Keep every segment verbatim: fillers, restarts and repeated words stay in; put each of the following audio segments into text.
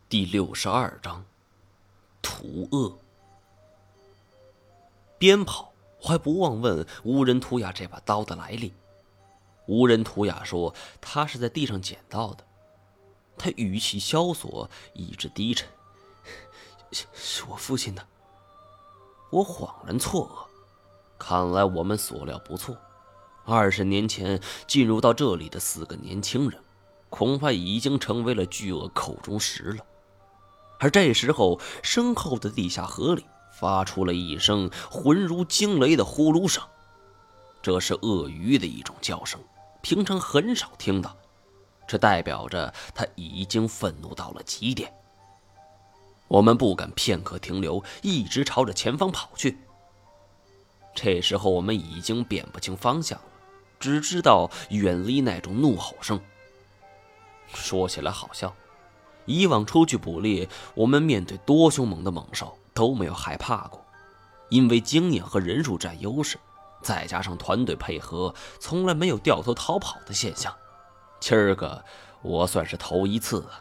第六十二章屠恶。边跑我还不忘问无人图雅这把刀的来历。无人图雅说他是在地上捡到的，他语气萧索，意志低沉：“是是我父亲的。”我恍然错愕，看来我们所料不错，二十年前进入到这里的四个年轻人，恐怕已经成为了巨鳄口中食了。而这时候，身后的地下河里发出了一声浑如惊雷的呼噜声，这是鳄鱼的一种叫声，平常很少听到，这代表着它已经愤怒到了极点。我们不敢片刻停留，一直朝着前方跑去。这时候我们已经辨不清方向了，只知道远离那种怒吼声。说起来好笑，以往出去捕猎，我们面对多凶猛的猛兽都没有害怕过，因为经验和人数占优势，再加上团队配合，从来没有掉头逃跑的现象。今儿个我算是头一次啊！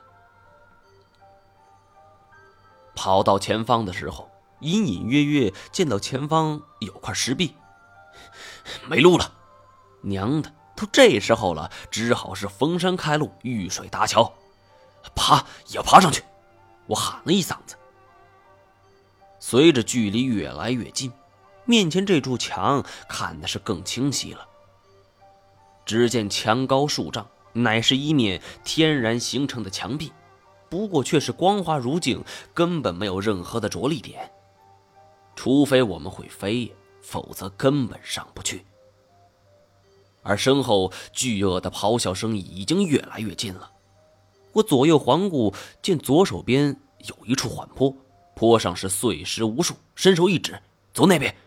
跑到前方的时候，隐隐约约见到前方有块石壁，没路了！娘的，都这时候了，只好是逢山开路，遇水搭桥。爬也要爬上去！我喊了一嗓子。随着距离越来越近，面前这柱墙看的是更清晰了。只见墙高数丈，乃是一面天然形成的墙壁，不过却是光滑如镜，根本没有任何的着力点。除非我们会飞，否则根本上不去。而身后巨鳄的咆哮声已经越来越近了。我左右环顾，见左手边有一处缓坡，坡上是碎石无数，伸手一指，走那边。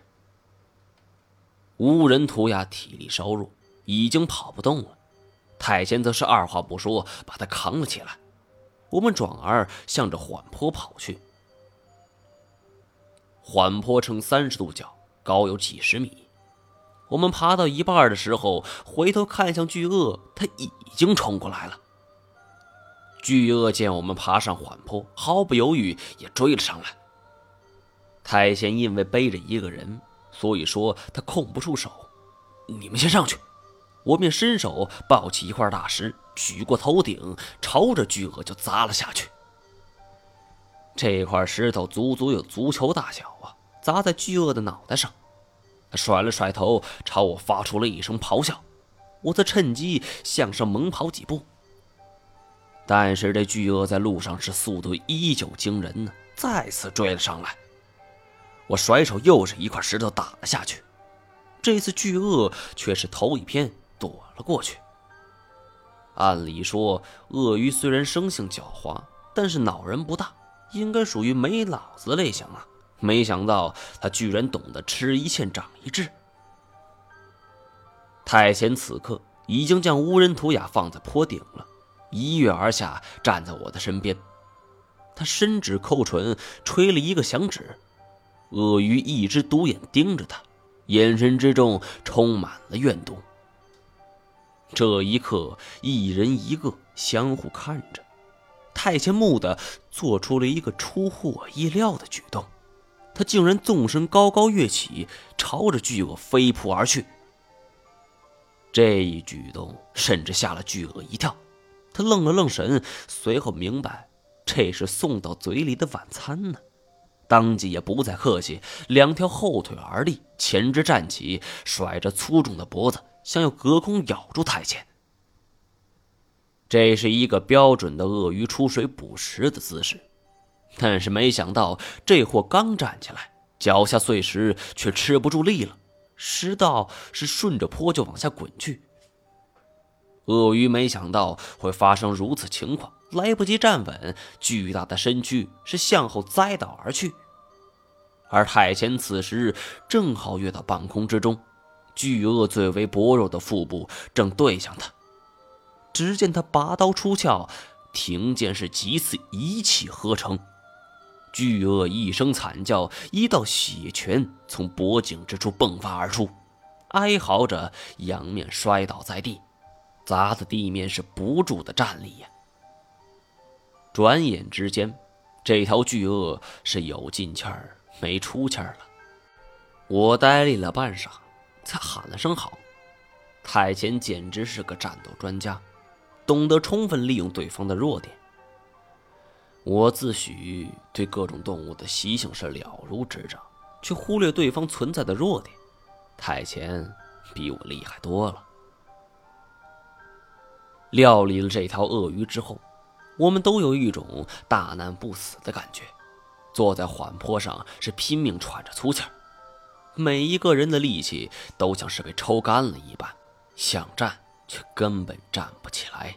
无人图雅体力稍弱，已经跑不动了。太监则是二话不说，把他扛了起来。我们转而向着缓坡跑去。缓坡呈三十度角，高有几十米。我们爬到一半的时候，回头看向巨鳄，他已经冲过来了。巨鳄见我们爬上缓坡，毫不犹豫也追了上来。太监因为背着一个人，所以说他控不住手。你们先上去，我便伸手抱起一块大石，举过头顶，朝着巨鳄就砸了下去。这块石头足足有足球大小啊，砸在巨鳄的脑袋上。他甩了甩头，朝我发出了一声咆哮。我则趁机向上猛跑几步。但是这巨鳄在路上是速度依旧惊人呢，再次追了上来。我甩手又是一块石头打了下去，这次巨鳄却是头一偏躲了过去。按理说，鳄鱼虽然生性狡猾，但是脑仁不大，应该属于没脑子类型啊。没想到他居然懂得吃一堑长一智。太监此刻已经将无人图雅放在坡顶了，一跃而下，站在我的身边。他伸指扣唇，吹了一个响指。鳄鱼一只独眼盯着他，眼神之中充满了怨毒。这一刻，一人一个相互看着。太监蓦地做出了一个出乎我意料的举动，他竟然纵身高高跃起，朝着巨鳄飞扑而去。这一举动甚至吓了巨鳄一跳，他愣了愣神，随后明白这是送到嘴里的晚餐呢，当即也不再客气，两条后腿而立，前肢站起，甩着粗重的脖子，想要隔空咬住太监。这是一个标准的鳄鱼出水捕食的姿势，但是没想到这货刚站起来，脚下碎石却吃不住力了，石道是顺着坡就往下滚去。鳄鱼没想到会发生如此情况，来不及站稳，巨大的身躯是向后栽倒而去。而太监此时正好跃到半空之中，巨鳄最为薄弱的腹部正对向他。只见他拔刀出鞘，挺剑是几次一气呵成。巨鳄一声惨叫，一道血泉从脖颈之处迸发而出，哀嚎着仰面摔倒在地，砸的地面是不住的战栗呀。 转眼之间，这条巨鳄是有进气儿没出气儿了。我呆立了半晌，才喊了声好。太前简直是个战斗专家，懂得充分利用对方的弱点。我自诩对各种动物的习性是了如指掌，却忽略对方存在的弱点。太前比我厉害多了。料理了这条鳄鱼之后，我们都有一种大难不死的感觉，坐在缓坡上是拼命喘着粗气儿，每一个人的力气都像是被抽干了一般，想站却根本站不起来。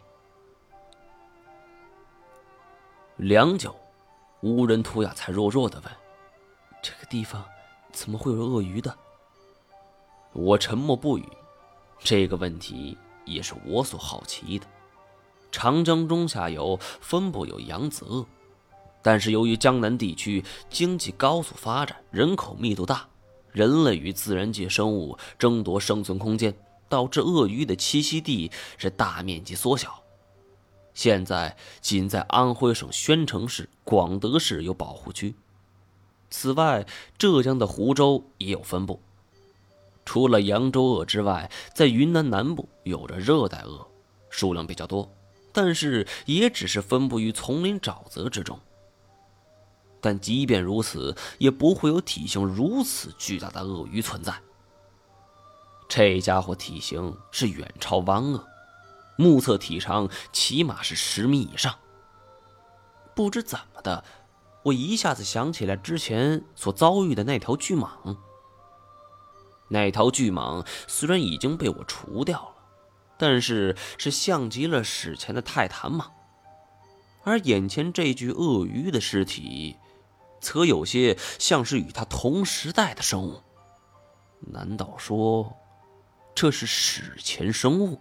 良久，无人图雅才弱弱地问：“这个地方怎么会有鳄鱼的？”我沉默不语，这个问题也是我所好奇的。长江中下游分布有扬子鳄，但是由于江南地区经济高速发展，人口密度大，人类与自然界生物争夺生存空间，导致鳄鱼的栖息地是大面积缩小。现在仅在安徽省宣城市、广德市有保护区，此外浙江的湖州也有分布。除了扬州鳄之外，在云南南部有着热带鳄，数量比较多，但是也只是分布于丛林沼泽之中。但即便如此，也不会有体型如此巨大的鳄鱼存在。这家伙体型是远超湾鳄，目测体长起码是十米以上。不知怎么的，我一下子想起来之前所遭遇的那条巨蟒。那条巨蟒虽然已经被我除掉了，但是是像极了史前的泰坦蟒，而眼前这具鳄鱼的尸体则有些像是与它同时代的生物。难道说这是史前生物？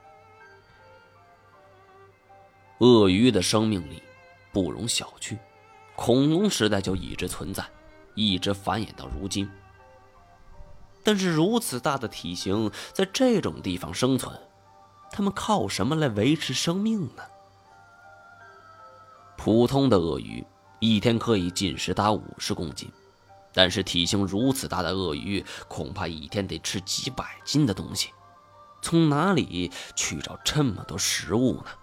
鳄鱼的生命力不容小觑，恐龙时代就一直存在，一直繁衍到如今。但是如此大的体型，在这种地方生存，它们靠什么来维持生命呢？普通的鳄鱼一天可以进食达五十公斤，但是体型如此大的鳄鱼，恐怕一天得吃几百斤的东西，从哪里去找这么多食物呢？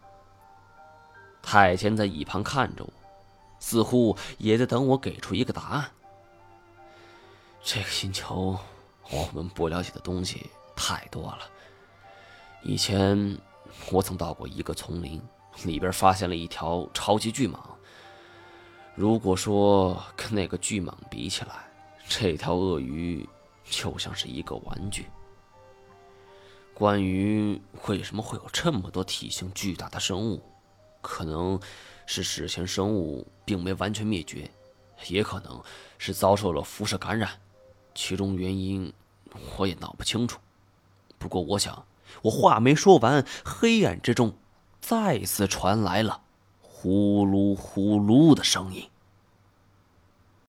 太监在一旁看着我，似乎也在等我给出一个答案。这个星球我们不了解的东西太多了。以前我曾到过一个丛林，里边发现了一条超级巨蟒。如果说跟那个巨蟒比起来，这条鳄鱼就像是一个玩具。关于为什么会有这么多体型巨大的生物，可能是史前生物并没完全灭绝，也可能是遭受了辐射感染，其中原因我也闹不清楚。不过我想，我话没说完，黑暗之中再次传来了呼噜呼噜的声音。